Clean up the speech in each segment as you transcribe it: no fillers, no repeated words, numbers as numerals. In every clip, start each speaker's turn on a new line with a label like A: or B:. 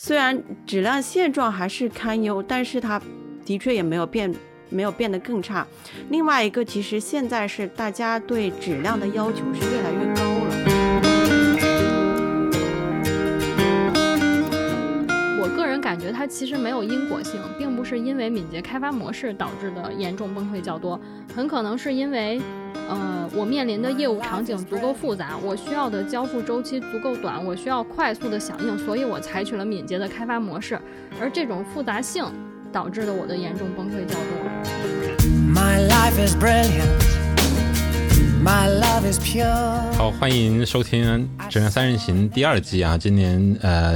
A: 虽然质量现状还是堪忧，但是它的确也没有变得更差。另外一个，其实现在是大家对质量的要求是越来越高了。
B: 我个人感觉它其实没有因果性，并不是因为敏捷开发模式导致的严重崩溃较多，很可能是因为我面临的业务场景足够复杂，我需要的交付周期足够短，我需要快速的响应，所以我采取了敏捷的开发模式，而这种复杂性导致了我的严重崩溃较多。My life is brilliant,
C: my love is pure。 好，欢迎收听《质量三人行》第2季啊！今年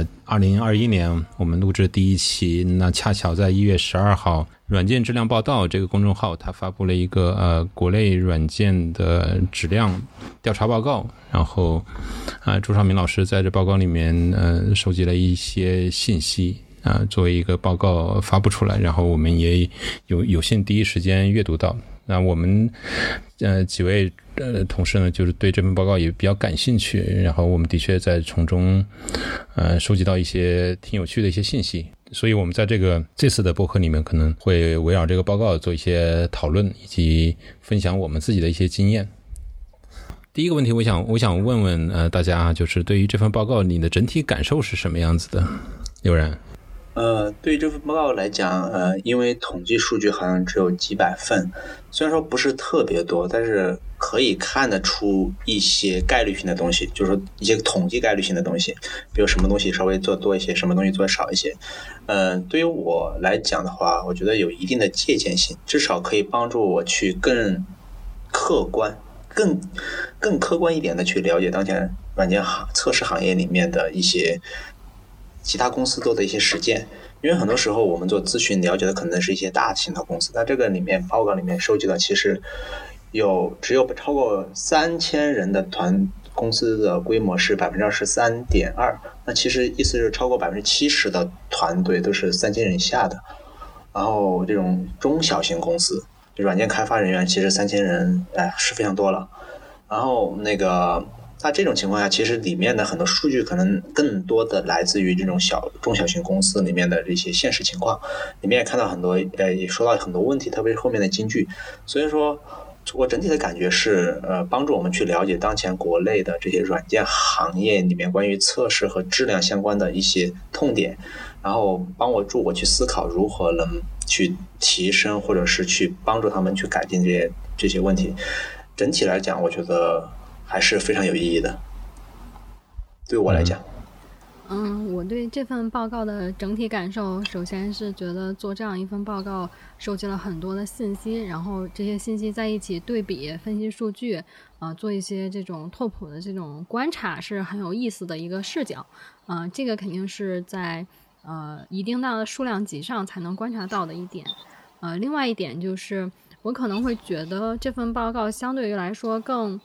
C: 2021年我们录制第1期，那恰巧在1月12号，软件质量报道这个公众号它发布了一个国内软件的质量调查报告，然后朱绍明老师在这报告里面收集了一些信息。作为一个报告发布出来，然后我们也有幸第一时间阅读到。那我们几位同事呢，就是对这份报告也比较感兴趣，然后我们的确在从中收集到一些挺有趣的一些信息，所以我们在这次的播客里面可能会围绕这个报告做一些讨论，以及分享我们自己的一些经验。第一个问题，我想问问大家，就是对于这份报告你的整体感受是什么样子的？刘然。
D: 对于这份报告来讲，因为统计数据好像只有几百份，虽然说不是特别多，但是可以看得出一些概率性的东西，就是说一些统计概率性的东西，比如什么东西稍微做多一些，什么东西做少一些。对于我来讲的话，我觉得有一定的借鉴性，至少可以帮助我去更客观、更客观一点的去了解当前软件测试行业里面的一些其他公司做的一些实践，因为很多时候我们做咨询了解的可能是一些大型的公司，但这个里面报告里面收集的其实只有超过3000人的公司的规模是 23.2%， 那其实意思是超过 70% 的团队都是3000人以下的。然后这种中小型公司软件开发人员其实3000人是非常多了。然后那这种情况下，其实里面的很多数据可能更多的来自于这种中小型公司里面的这些现实情况，里面也看到很多也说到很多问题，特别是后面的金句。所以说我整体的感觉是帮助我们去了解当前国内的这些软件行业里面关于测试和质量相关的一些痛点，然后助我去思考如何能去提升或者是去帮助他们去改进这些问题。整体来讲，我觉得还是非常有意义的，对我来讲。
B: 我对这份报告的整体感受，首先是觉得做这样一份报告，收集了很多的信息，然后这些信息在一起对比分析数据，做一些这种拓扑的这种观察，是很有意思的一个视角。这个肯定是在一定的数量级上才能观察到的一点。另外一点就是我可能会觉得这份报告相对于来说更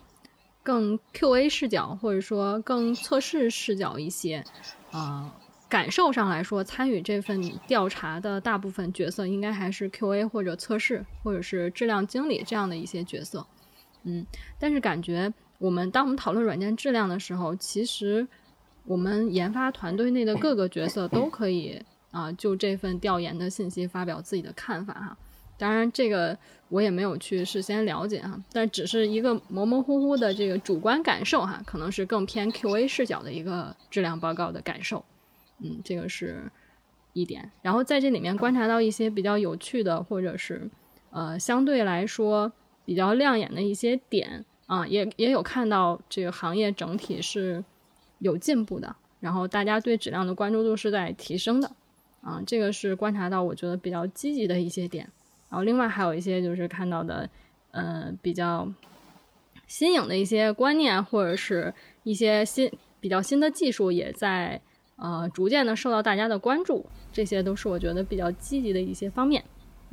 B: QA 视角，或者说更测试视角一些。感受上来说，参与这份调查的大部分角色应该还是 QA 或者测试或者是质量经理这样的一些角色。但是感觉当我们讨论软件质量的时候，其实我们研发团队内的各个角色都可以就这份调研的信息发表自己的看法哈。当然这个我也没有去事先了解哈，但只是一个模模糊糊的这个主观感受哈，可能是更偏 QA 视角的一个质量报告的感受。这个是一点。然后在这里面观察到一些比较有趣的，或者是相对来说比较亮眼的一些点也有看到这个行业整体是有进步的，然后大家对质量的关注度是在提升的这个是观察到我觉得比较积极的一些点。然后另外还有一些就是看到的比较新颖的一些观念，或者是一些比较新的技术也在逐渐的受到大家的关注，这些都是我觉得比较积极的一些方面。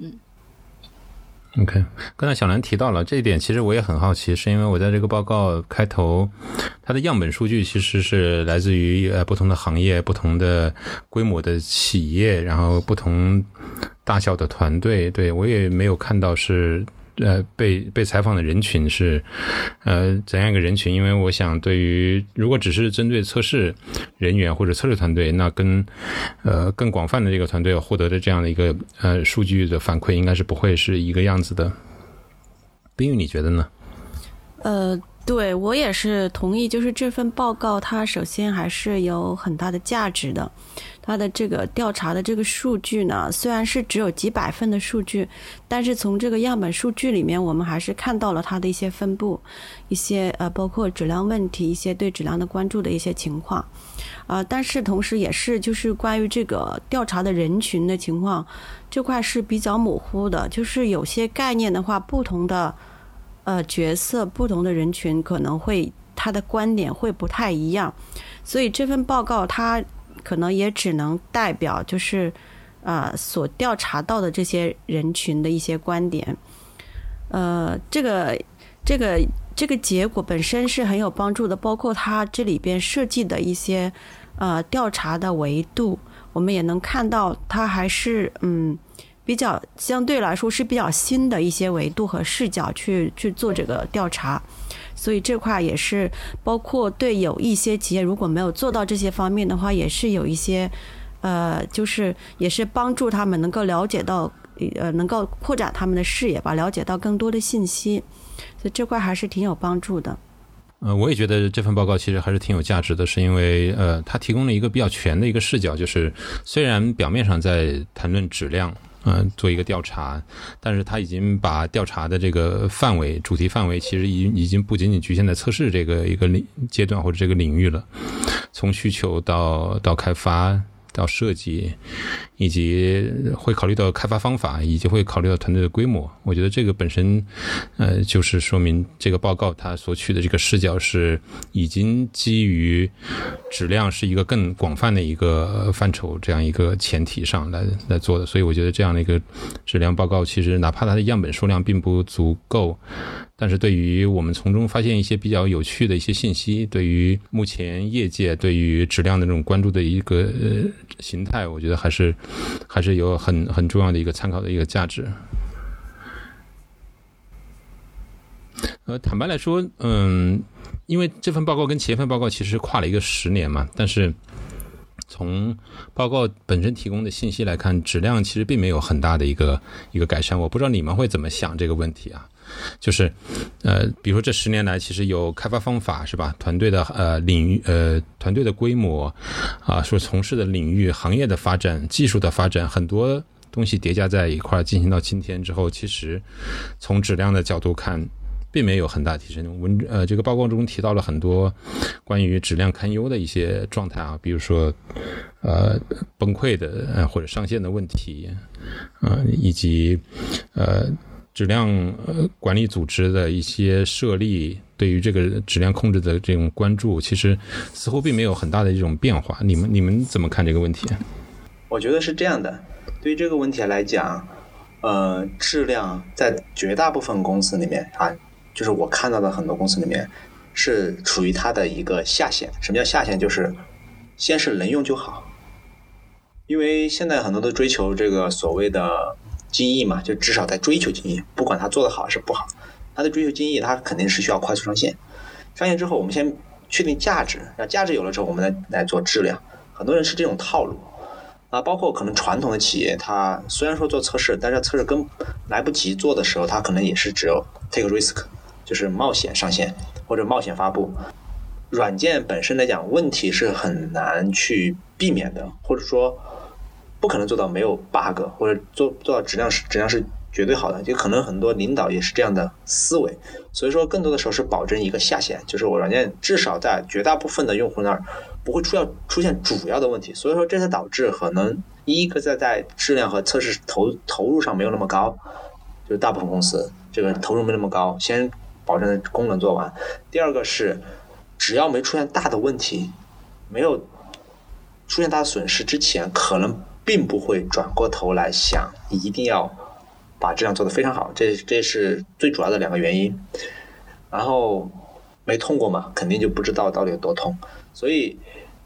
C: OK， 刚才小兰提到了这一点，其实我也很好奇，是因为我在这个报告开头，它的样本数据其实是来自于不同的行业、不同的规模的企业，然后不同大小的团队。对，我也没有看到是被采访的人群是怎样一个人群？因为我想，对于如果只是针对测试人员或者测试团队，那跟更广泛的这个团队获得的这样的一个数据的反馈，应该是不会是一个样子的。冰玉，你觉得呢？
A: 对，我也是同意，就是这份报告它首先还是有很大的价值的。它的这个调查的这个数据呢，虽然是只有几百份的数据，但是从这个样本数据里面，我们还是看到了它的一些分布，一些包括质量问题，一些对质量的关注的一些情况。但是同时也是就是关于这个调查的人群的情况，这块是比较模糊的，就是有些概念的话，不同的角色不同的人群可能会他的观点会不太一样，所以这份报告它可能也只能代表就是所调查到的这些人群的一些观点。这个结果本身是很有帮助的，包括它这里边设计的一些调查的维度，我们也能看到它还是比较相对来说是比较新的一些维度和视角去做这个调查，所以这块也是包括对有一些企业如果没有做到这些方面的话，也是有一些就是也是帮助他们能够了解到能够扩展他们的视野吧，了解到更多的信息，所以这块还是挺有帮助的。
C: 我也觉得这份报告其实还是挺有价值的，是因为它提供了一个比较全的一个视角，就是虽然表面上在谈论质量做一个调查，但是他已经把调查的这个范围主题范围其实已经不仅仅局限在测试这个一个阶段或者这个领域了，从需求到开发到设计，以及会考虑到开发方法，以及会考虑到团队的规模。我觉得这个本身就是说明这个报告它所取的这个视角是已经基于质量是一个更广泛的一个范畴这样一个前提上来做的，所以我觉得这样的一个质量报告其实哪怕它的样本数量并不足够，但是对于我们从中发现一些比较有趣的一些信息，对于目前业界对于质量的这种关注的一个形态，我觉得还是有很重要的一个参考的一个价值。坦白来说，因为这份报告跟前一份报告其实跨了一个10年嘛，但是从报告本身提供的信息来看，质量其实并没有很大的一个改善。我不知道你们会怎么想这个问题啊？就是比如说这10年来，其实有开发方法是吧？团队的领域团队的规模所从事的领域、行业的发展、技术的发展，很多东西叠加在一块进行到今天之后，其实从质量的角度看，并没有很大提升。这个报告中提到了很多关于质量堪忧的一些状态啊，比如说崩溃的或者上线的问题以及质量管理组织的一些设立，对于这个质量控制的这种关注，其实似乎并没有很大的这种变化。你们怎么看这个问题？
D: 我觉得是这样的，对于这个问题来讲，质量在绝大部分公司里面就是我看到的很多公司里面是处于它的一个下限。什么叫下限？就是先是能用就好，因为现在很多都追求这个所谓的精益嘛，就至少在追求精益，不管他做得好还是不好，他的追求精益，他肯定是需要快速上线。上线之后，我们先确定价值，让价值有了之后，我们来做质量。很多人是这种套路包括可能传统的企业，他虽然说做测试，但是测试跟来不及做的时候，他可能也是只有 take risk， 就是冒险上线或者冒险发布。软件本身来讲，问题是很难去避免的，或者说不可能做到没有 bug， 或者做到质量是绝对好的，就可能很多领导也是这样的思维。所以说更多的时候是保证一个下限，就是我软件至少在绝大部分的用户那儿不会出现主要的问题。所以说这才导致可能一个在质量和测试投入上没有那么高，就是大部分公司这个投入没那么高，先保证功能做完。第二个是只要没出现大的问题，没有出现大的损失之前，可能并不会转过头来想一定要把质量做得非常好，这是最主要的2个原因。然后没痛过嘛，肯定就不知道到底有多痛。所以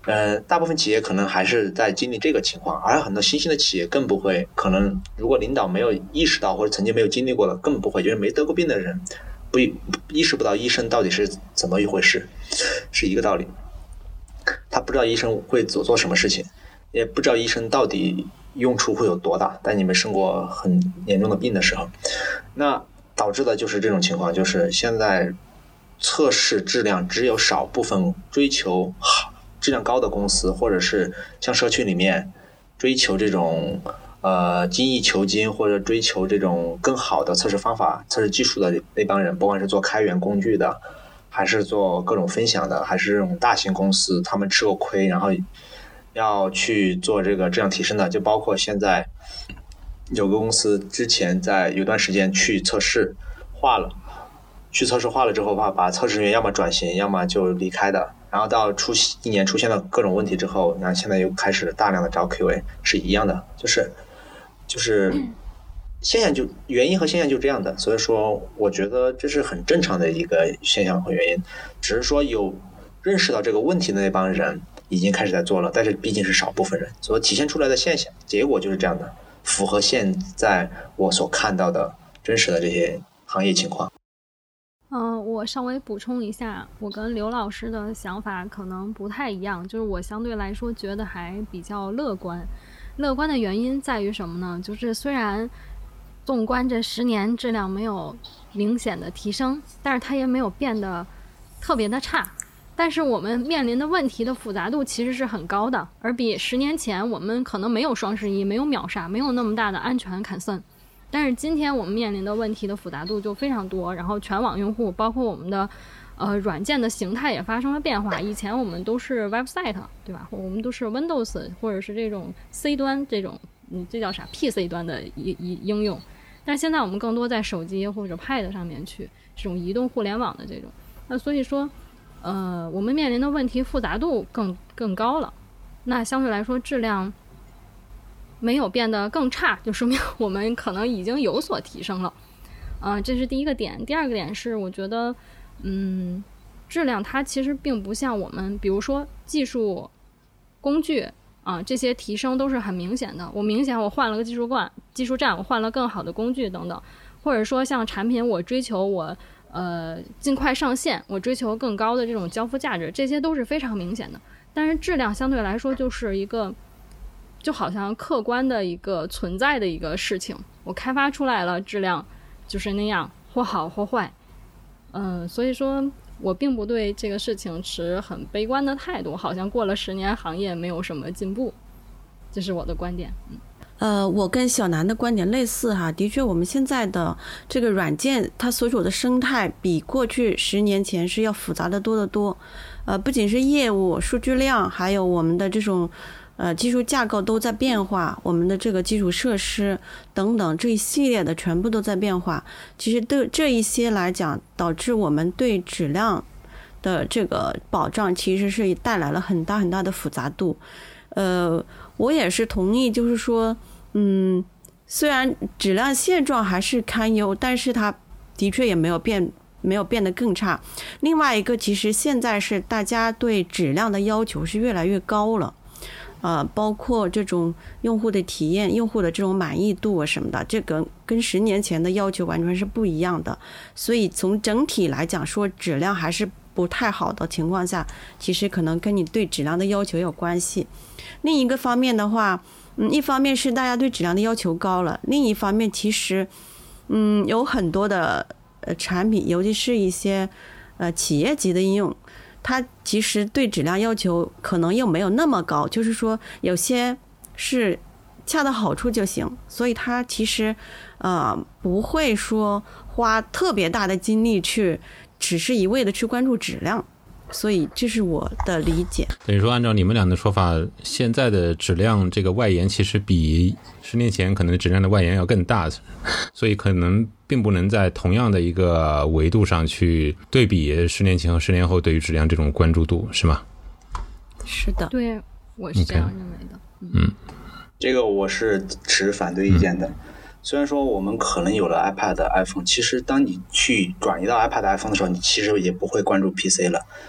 D: 大部分企业可能还是在经历这个情况，而很多新兴的企业更不会，可能如果领导没有意识到或者曾经没有经历过的，根本不会，就是没得过病的人意识不到医生到底是怎么一回事，是一个道理。他不知道医生会做什么事情，也不知道医生到底用处会有多大，但你们生过很严重的病的时候，那导致的就是这种情况，就是现在测试质量只有少部分追求质量高的公司，或者是像社区里面追求这种精益求精，或者追求这种更好的测试方法、测试技术的那帮人，不管是做开源工具的，还是做各种分享的，还是这种大型公司，他们吃过亏，然后要去做这个质量提升的，就包括现在有个公司之前在有段时间去测试化了之后把测试人员要么转型，要么就离开的，然后到一年出现了各种问题之后，然后现在又开始大量的招 QA， 是一样的，就是现象就原因和现象就这样的，所以说我觉得这是很正常的一个现象和原因，只是说有认识到这个问题的那帮人已经开始在做了，但是毕竟是少部分人，所以体现出来的现象结果就是这样的，符合现在我所看到的真实的这些行业情况。
B: 我稍微补充一下，我跟刘老师的想法可能不太一样，就是我相对来说觉得还比较乐观。乐观的原因在于什么呢？就是虽然纵观这10年质量没有明显的提升，但是它也没有变得特别的差。但是我们面临的问题的复杂度其实是很高的，而比10年前我们可能没有双11，没有秒杀，没有那么大的安全concern。但是今天我们面临的问题的复杂度就非常多，然后全网用户包括我们的软件的形态也发生了变化。以前我们都是 website 对吧，我们都是 Windows 或者是这种 C 端这种这叫啥 PC 端的应用，但是现在我们更多在手机或者 Pad 上面去这种移动互联网的这种，那所以说我们面临的问题复杂度更高了，那相对来说质量没有变得更差，就说明我们可能已经有所提升了。这是第一个点。第二个点是我觉得质量它其实并不像我们比如说技术工具这些提升都是很明显的，我换了个技术站，我换了更好的工具等等，或者说像产品我追求我尽快上线，我追求更高的这种交付价值，这些都是非常明显的。但是质量相对来说就是一个就好像客观的一个存在的一个事情，我开发出来了质量就是那样，或好或坏。所以说我并不对这个事情持很悲观的态度，好像过了10年行业没有什么进步，这是我的观点。
A: 我跟小南的观点类似哈，的确我们现在的这个软件它所处的生态比过去10年前是要复杂的多得多，不仅是业务、数据量，还有我们的这种技术架构都在变化，我们的这个基础设施等等这一系列的全部都在变化。其实对这一些来讲，导致我们对质量的这个保障其实是带来了很大很大的复杂度。我也是同意，就是说虽然质量现状还是堪忧，但是它的确也没有变得更差。另外一个，其实现在是大家对质量的要求是越来越高了，包括这种用户的体验、用户的这种满意度啊什么的，这个跟10年前的要求完全是不一样的。所以从整体来讲说质量还是不太好的情况下，其实可能跟你对质量的要求有关系。另一个方面的话，一方面是大家对质量的要求高了，另一方面其实有很多的产品，尤其是一些企业级的应用，它其实对质量要求可能又没有那么高，就是说有些是恰到好处就行，所以它其实不会说花特别大的精力去只是一味的去关注质量。所以这是我的理解。
C: 等于说按照你们俩的说法，现在的质量这个外延其实比10年前可能质量的外延要更大，所以可能并不能在同样的一个维度上去对比10年前和10年后对于质量这种关注度，是吗？
A: 是的，
B: 对，我是这样认为的。
D: 这个我是持反对意见的。虽然说我们可能有了 iPad、iPhone， 其实当你去转移到 iPad、iPhone 的时候，你其实也不会关注 PC 了。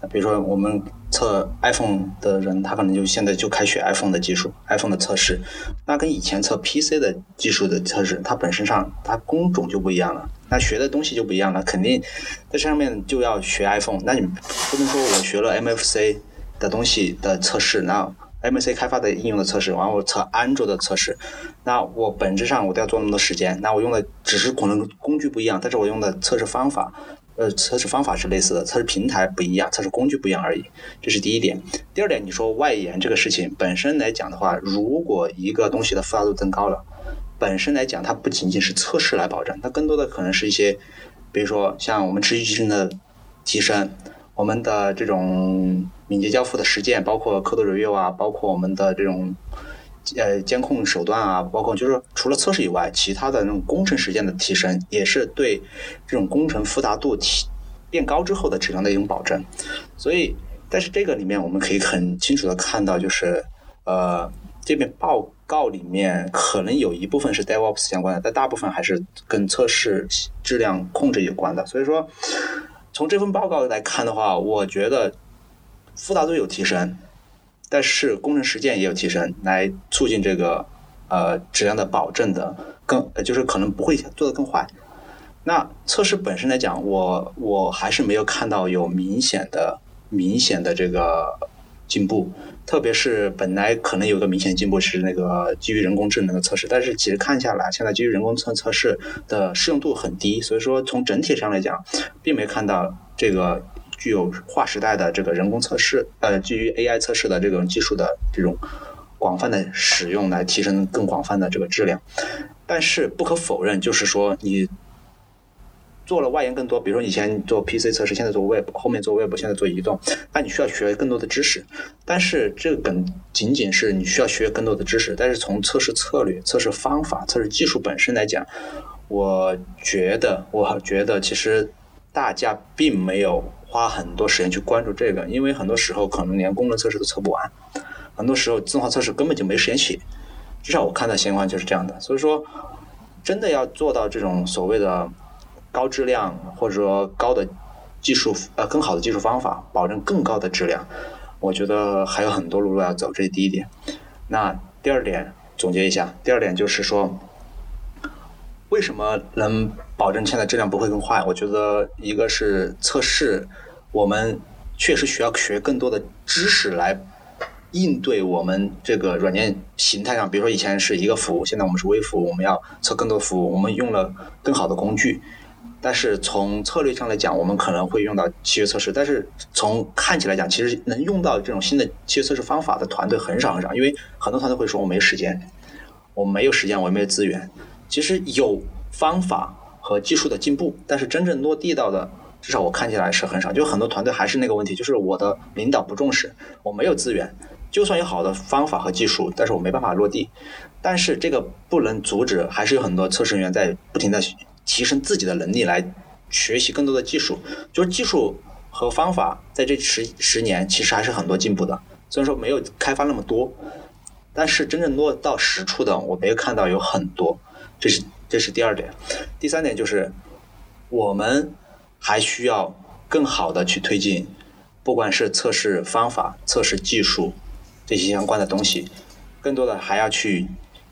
D: 比如说我们测 iPhone 的人，他可能就现在就开学 iPhone 的技术 iPhone 的测试，那跟以前测 PC 的技术的测试，它本身上它工种就不一样了，那学的东西就不一样了，肯定在这上面就要学 iPhone。那你不能说我学了 MFC 的东西的测试，那 MFC 开发的应用的测试，完我测安卓的测试，那我本质上我都要做那么多时间，那我用的只是可能工具不一样，但是我用的测试方法是类似的，测试平台不一样，测试工具不一样而已，这是第一点。第二点，你说外延这个事情本身来讲的话，如果一个东西的复杂度增高了，本身来讲它不仅仅是测试来保证，它更多的可能是一些，比如说像我们持续集成的提升，我们的这种敏捷交付的实践，包括 code review 啊，包括我们的这种监控手段啊，包括就是除了测试以外，其他的那种工程实践的提升，也是对这种工程复杂度变高之后的质量的一种保证。所以，但是这个里面我们可以很清楚的看到，就是这篇报告里面可能有一部分是 DevOps 相关的，但大部分还是跟测试质量控制有关的。所以说，从这份报告来看的话，我觉得复杂度有提升，但是工程实践也有提升，来促进这个质量的保证的就是可能不会做得更坏。那测试本身来讲，我还是没有看到有明显的这个进步，特别是本来可能有个明显进步是那个基于人工智能的测试，但是其实看下来，现在基于人工智能测试的适用度很低，所以说从整体上来讲，并没看到这个具有划时代的这个人工测试，基于 AI 测试的这种技术的这种广泛的使用，来提升更广泛的这个质量。但是不可否认，就是说你做了外延更多，比如说以前做 PC 测试，现在做 Web， 后面做 Web， 现在做移动，那你需要学更多的知识。但是这个仅仅是你需要学更多的知识，但是从测试策略、测试方法、测试技术本身来讲，我觉得其实大家并没有花很多时间去关注这个，因为很多时候可能连功能测试都测不完，很多时候自动化测试根本就没时间写，至少我看到情况就是这样的。所以说真的要做到这种所谓的高质量或者说高的技术更好的技术方法，保证更高的质量，我觉得还有很多路要走，这是第一点。那第二点总结一下，第二点就是说为什么能保证现在质量不会更坏？我觉得一个是测试，我们确实需要学更多的知识来应对我们这个软件形态上，比如说以前是一个服务，现在我们是微服务，我们要测更多服务，我们用了更好的工具。但是从策略上来讲，我们可能会用到契约测试，但是从看起来讲，其实能用到这种新的契约测试方法的团队很少很少，因为很多团队会说我没有时间，我没有资源。其实有方法和技术的进步，但是真正落地到的，至少我看起来是很少。就很多团队还是那个问题，就是我的领导不重视，我没有资源，就算有好的方法和技术，但是我没办法落地。但是这个不能阻止，还是有很多测试人员在不停的提升自己的能力，来学习更多的技术。就是技术和方法在这十年其实还是很多进步的，虽然说没有开发那么多，但是真正落到实处的我没有看到有很多。这是第二点。第三点就是我们还需要更好的去推进，不管是测试方法、测试技术这些相关的东西，更多的还要去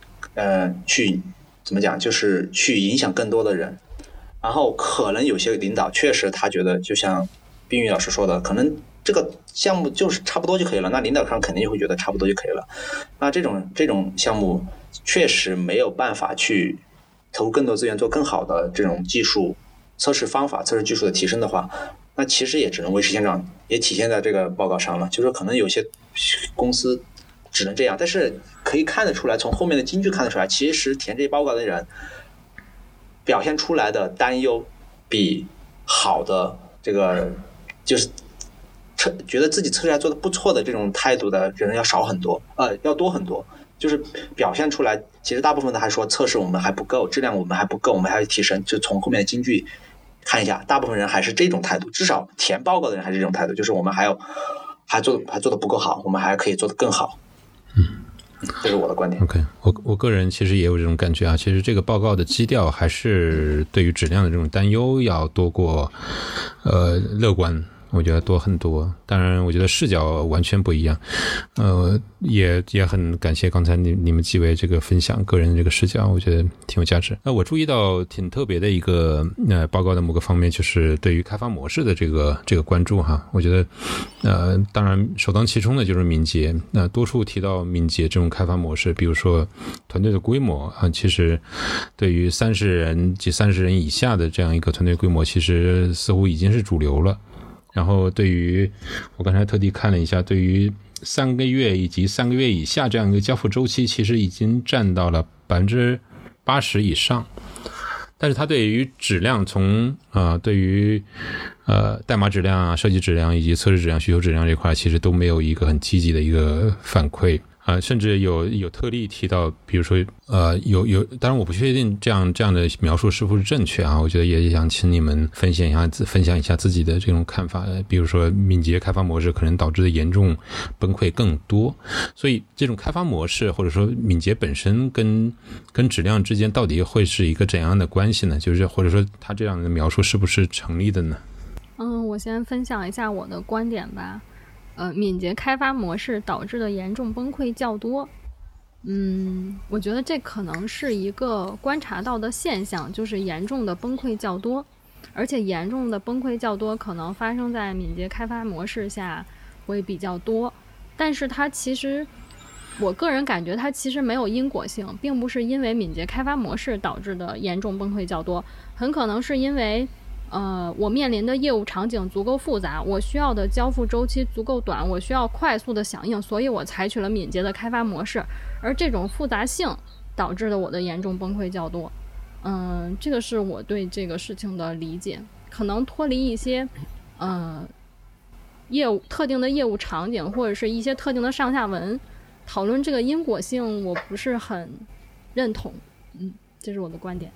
D: 怎么讲，就是去影响更多的人。然后可能有些领导确实他觉得，就像冰雨老师说的，可能这个项目就是差不多就可以了，那领导上肯定就会觉得差不多就可以了。那这种项目确实没有办法去投入更多资源做更好的这种技术测试方法、测试技术的提升的话，那其实也只能维持现状，也体现在这个报告上了。就是可能有些公司只能这样，但是可以看得出来，从后面的金句看得出来，其实填这些报告的人表现出来的担忧比好的这个就是觉得自己测试还做得不错的这种态度的人要少很多，要多很多。就是表现出来，其实大部分的还说测试我们还不够，质量我们还不够，我们还要提升。就从后面的金句看一下，大部分人还是这种态度，至少填报告的人还是这种态度，就是我们还做得不够好，我们还可以做得更好。这是我的观点。
C: OK， 我个人其实也有这种感觉啊。其实这个报告的基调还是对于质量的这种担忧要多过乐观我觉得多很多。当然我觉得视角完全不一样，也很感谢刚才你们几位这个分享个人的这个视角，我觉得挺有价值。我注意到挺特别的一个报告的某个方面，就是对于开发模式的这个关注哈。我觉得当然首当其冲的就是敏捷，多处提到敏捷这种开发模式，比如说团队的规模啊，其实对于30人及30人以下的这样一个团队规模，其实似乎已经是主流了。然后对于我刚才特地看了一下，对于3个月以及3个月以下这样一个交付周期，其实已经占到了80%以上。但是它对于质量对于代码质量啊、设计质量以及测试质量、需求质量这块，其实都没有一个很积极的一个反馈。甚至有特例提到，比如说当然我不确定这样的描述是不是正确啊，我觉得也想请你们分享一下自己的这种看法。比如说敏捷开发模式可能导致的严重崩溃更多，所以这种开发模式或者说敏捷本身跟质量之间到底会是一个怎样的关系呢？就是或者说它这样的描述是不是成立的呢？
B: 我先分享一下我的观点吧。敏捷开发模式导致的严重崩溃较多。我觉得这可能是一个观察到的现象，就是严重的崩溃较多，而且严重的崩溃较多可能发生在敏捷开发模式下会比较多，但是它其实我个人感觉它其实没有因果性，并不是因为敏捷开发模式导致的严重崩溃较多，很可能是因为我面临的业务场景足够复杂，我需要的交付周期足够短，我需要快速的响应，所以我采取了敏捷的开发模式，而这种复杂性导致了我的严重崩溃较多。这个是我对这个事情的理解，可能脱离一些特定的业务场景或者是一些特定的上下文讨论这个因果性，我不是很认同。这是我的观点。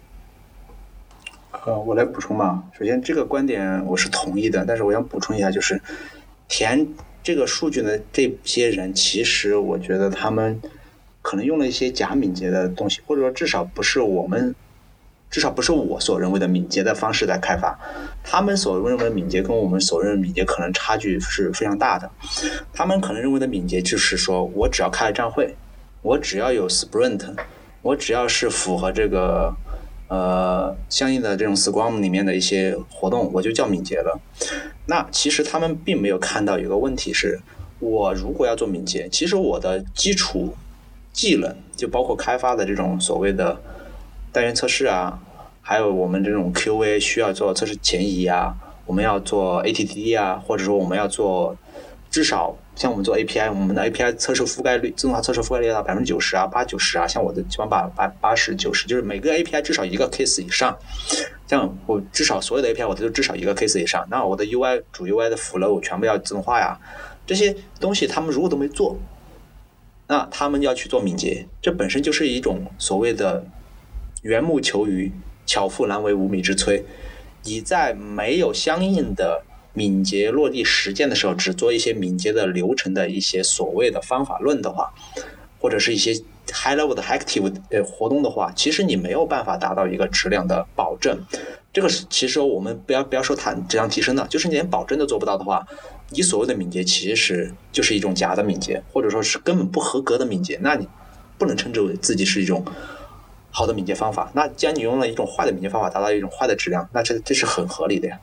D: 我来补充吧。首先这个观点我是同意的，但是我想补充一下，就是填这个数据的这些人，其实我觉得他们可能用了一些假敏捷的东西，或者说至少不是我所认为的敏捷的方式来开发。他们所认为的敏捷跟我们所认为的敏捷可能差距是非常大的。他们可能认为的敏捷就是说，我只要开了站会，我只要有 sprint， 我只要是符合这个相应的这种 Scrum 里面的一些活动，我就叫敏捷了。那其实他们并没有看到一个问题是，我如果要做敏捷，其实我的基础技能就包括开发的这种所谓的单元测试啊，还有我们这种 QA 需要做测试前移啊，我们要做 ATTD 啊，或者说我们要做至少像我们做 API， 我们的 API 测试覆盖率，自动化测试覆盖率到90%啊、80%啊，像我的基本把80、90，就是每个 API 至少一个 case 以上。像我至少所有的 API 我都至少一个 case 以上。那我的 UI 主 UI 的 flow 全部要自动化呀，这些东西他们如果都没做，那他们要去做敏捷，这本身就是一种所谓的缘木求鱼，巧妇难为无米之炊。你在没有相应的敏捷落地实践的时候，只做一些敏捷的流程的一些所谓的方法论的话，或者是一些 high level 的 active 活动的话，其实你没有办法达到一个质量的保证。这个是其实我们不要说谈质量提升的，就是你连保证都做不到的话，你所谓的敏捷其实就是一种假的敏捷，或者说是根本不合格的敏捷，那你不能称之为自己是一种好的敏捷方法。那既然你用了一种坏的敏捷方法达到一种坏的质量，那这是很合理的呀。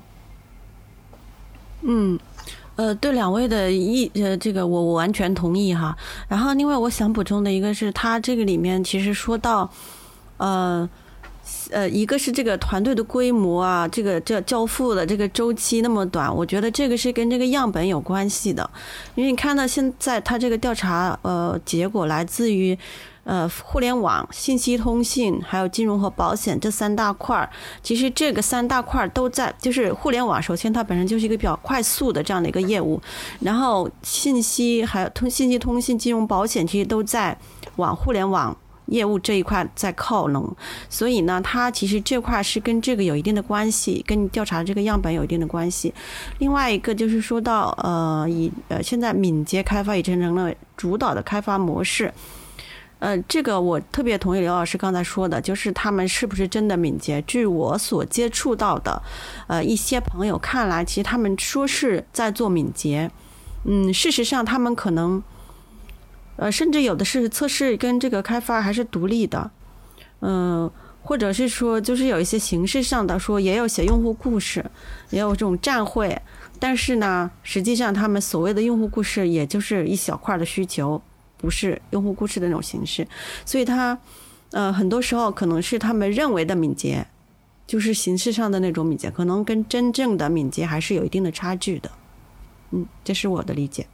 A: 对两位的这个我完全同意哈。然后另外我想补充的一个是，他这个里面其实说到一个是这个团队的规模啊，这个交付的这个周期那么短，我觉得这个是跟这个样本有关系的。因为你看到现在他这个调查结果来自于互联网、信息通信还有金融和保险这三大块，其实这个三大块都在，就是互联网首先它本身就是一个比较快速的这样的一个业务，然后信息还有信息通信、金融保险其实都在往互联网业务这一块在靠拢，所以呢它其实这块是跟这个有一定的关系，跟调查这个样本有一定的关系。另外一个就是说到现在敏捷开发已经成了主导的开发模式。 这个我特别同意刘老师刚才说的，就是他们是不是真的敏捷？据我所接触到的，一些朋友看来，其实他们说是在做敏捷，事实上他们可能，甚至有的是测试跟这个开发还是独立的，或者是说就是有一些形式上的说也有写用户故事，也有这种站会，但是呢，实际上他们所谓的用户故事也就是一小块的需求。不是用户故事的那种形式，所以它很多时候可能是他们认为的敏捷，就是形式上的那种敏捷，可能跟真正的敏捷还是有一定的差距的。这是我的理解。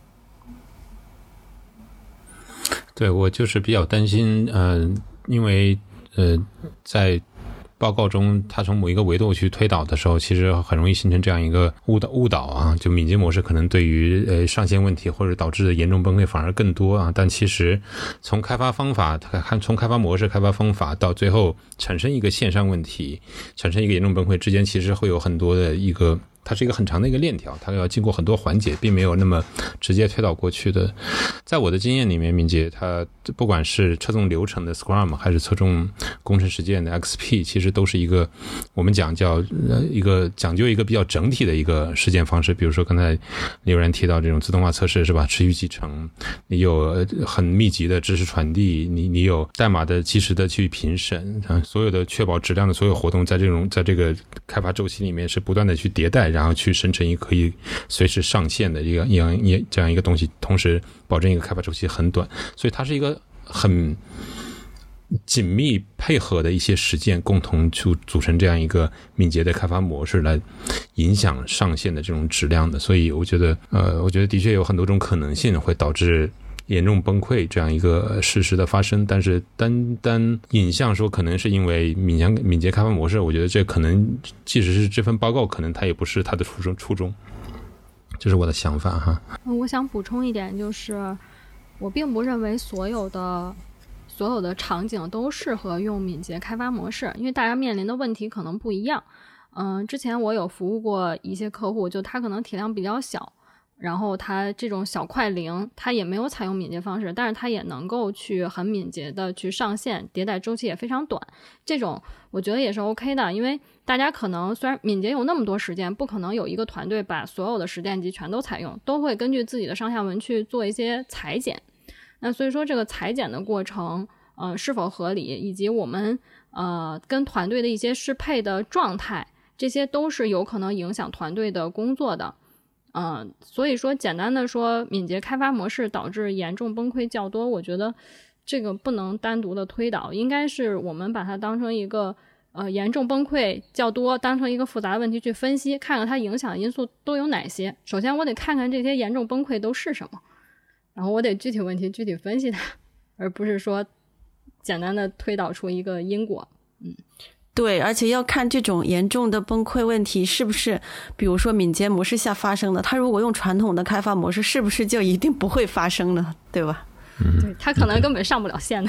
C: 对，我就是比较担心，因为在报告中，它从某一个维度去推导的时候，其实很容易形成这样一个误导啊，就敏捷模式可能对于上线问题或者导致的严重崩溃反而更多啊。但其实从开发方法，从开发模式、开发方法到最后产生一个线上问题，产生一个严重崩溃之间，其实会有很多的它是一个很长的一个链条，它要经过很多环节，并没有那么直接推导过去的。在我的经验里面，敏捷它不管是侧重流程的 Scrum 还是侧重工程实践的 XP， 其实都是一个我们讲究一个比较整体的一个实践方式。比如说刚才有人提到这种自动化测试是吧，持续集成，你有很密集的知识传递，你有代码的及时的去评审，所有的确保质量的所有活动在这个开发周期里面是不断的去迭代，然后去生成一个可以随时上线的这样一个东西，同时保证一个开发周期很短，所以它是一个很紧密配合的一些实践，共同去组成这样一个敏捷的开发模式，来影响上线的这种质量的。所以我觉得的确有很多种可能性会导致严重崩溃这样一个事实的发生，但是单引向说可能是因为敏捷开发模式，我觉得这可能即使是这份报告，可能它也不是它的初衷，这是我的想法哈。
B: 我想补充一点，就是我并不认为所有的场景都适合用敏捷开发模式，因为大家面临的问题可能不一样。之前我有服务过一些客户，就他可能体量比较小，然后他这种小快灵他也没有采用敏捷方式，但是他也能够去很敏捷的去上线，迭代周期也非常短，这种我觉得也是 OK 的。因为大家可能虽然敏捷有那么多实践，不可能有一个团队把所有的实践集全都采用，都会根据自己的上下文去做一些裁剪。那所以说这个裁剪的过程是否合理，以及我们跟团队的一些适配的状态，这些都是有可能影响团队的工作的。所以说简单的说敏捷开发模式导致严重崩溃较多，我觉得这个不能单独的推导，应该是我们把它当成一个严重崩溃较多，当成一个复杂的问题去分析，看看它影响的因素都有哪些。首先我得看看这些严重崩溃都是什么，然后我得具体问题具体分析它，而不是说简单的推导出一个因果。
A: 对，而且要看这种严重的崩溃问题是不是比如说敏捷模式下发生的，它如果用传统的开发模式是不是就一定不会发生呢？对吧？
B: 对，它可能根本上不了线的。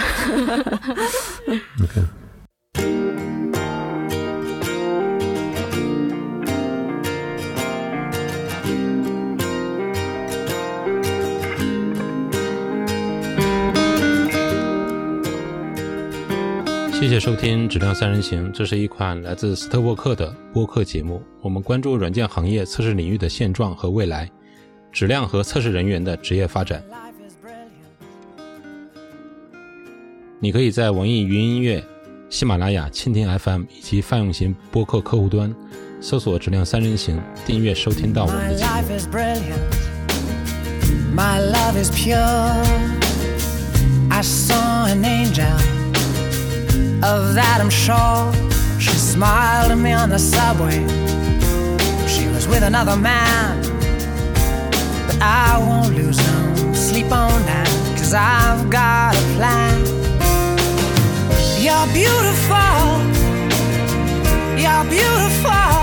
C: okay. 谢谢收听质量三人行，这是一款来自斯特沃克的播客节目。我们关注软件行业测试领域的现状和未来，质量和测试人员的职业发展。你可以在网易云音乐、喜马拉雅、蜻蜓 FM 以及泛用型播客客户端搜索质量三人行，订阅收听到我们的节目。
E: My love is pure. I saw an angel.Of that I'm sure. She smiled at me on the subway. She was with another man, but I won't lose no sleep on that, 'cause I've got a plan. You're beautiful. You're beautiful.